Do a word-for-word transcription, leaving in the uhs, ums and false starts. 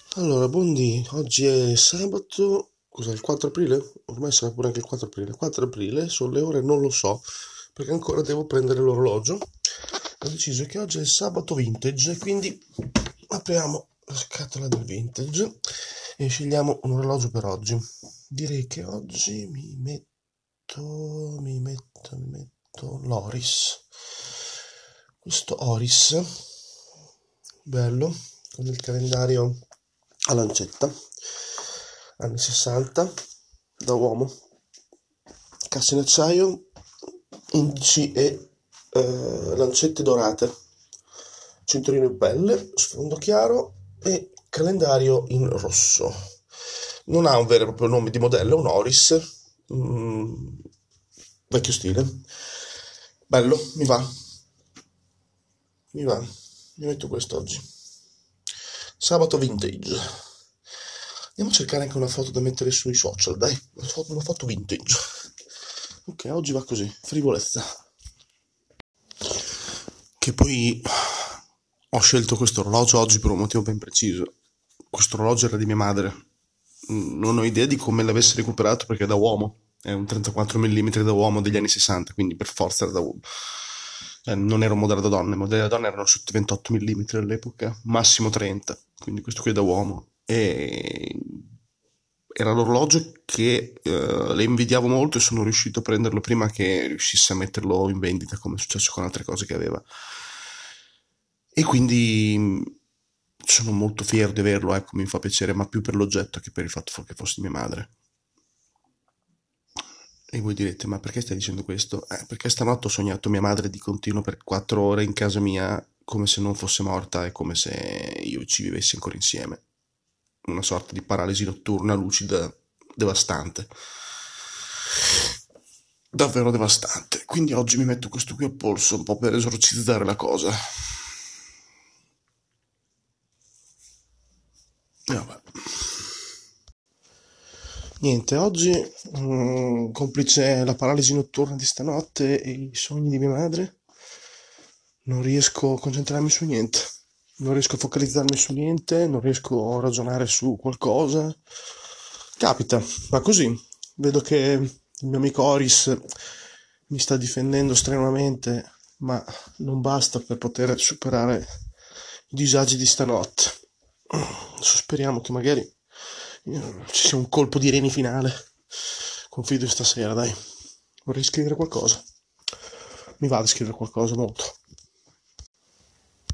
Allora, buondì, oggi è sabato, cos'è, il quattro aprile? Ormai sarà pure anche il quattro aprile. quattro aprile, sono le ore, non lo so, perché ancora devo prendere l'orologio. Ho deciso che oggi è il sabato vintage, quindi apriamo la scatola del vintage e scegliamo un orologio per oggi. Direi che oggi mi metto, mi metto, mi metto l'Oris. Questo Oris, bello, con il calendario a lancetta, anni sessanta, da uomo, cassa in acciaio, indici e eh, lancette dorate, cinturino in pelle, sfondo chiaro e calendario in rosso. Non ha un vero e proprio nome di modello, è un Oris, mm, vecchio stile. Bello, mi va, mi va, mi metto questo oggi. Sabato vintage. Andiamo a cercare anche una foto da mettere sui social, dai, una foto, una foto vintage. Ok, oggi va così, frivolezza. Che poi ho scelto questo orologio oggi per un motivo ben preciso. Questo orologio era di mia madre. Non ho idea di come l'avesse recuperato perché è da uomo. È un trentaquattro millimetri da uomo degli anni sessanta, quindi per forza era da uomo. Eh, non era un modello da donna, i modelli da donna erano sotto i ventotto millimetri all'epoca, massimo trenta, quindi questo qui è da uomo. E era l'orologio che eh, le invidiavo molto e sono riuscito a prenderlo prima che riuscisse a metterlo in vendita, come è successo con altre cose che aveva. E quindi mh, sono molto fiero di averlo, ecco, mi fa piacere, ma più per l'oggetto che per il fatto che fosse di mia madre. E voi direte, ma perché stai dicendo questo? Eh, perché stanotte ho sognato mia madre di continuo per quattro ore in casa mia, come se non fosse morta e come se io ci vivessi ancora insieme. Una sorta di paralisi notturna lucida devastante. Davvero devastante. Quindi oggi mi metto questo qui al polso un po' per esorcizzare la cosa. E vabbè. Niente, oggi, mm, complice la paralisi notturna di stanotte e i sogni di mia madre, non riesco a concentrarmi su niente. Non riesco a focalizzarmi su niente, non riesco a ragionare su qualcosa. Capita, ma così. Vedo che il mio amico Oris mi sta difendendo strenuamente, ma non basta per poter superare i disagi di stanotte. Speriamo che magari eh, ci sia un colpo di reni finale. Confido in stasera, dai. Vorrei scrivere qualcosa. Mi va di scrivere qualcosa molto.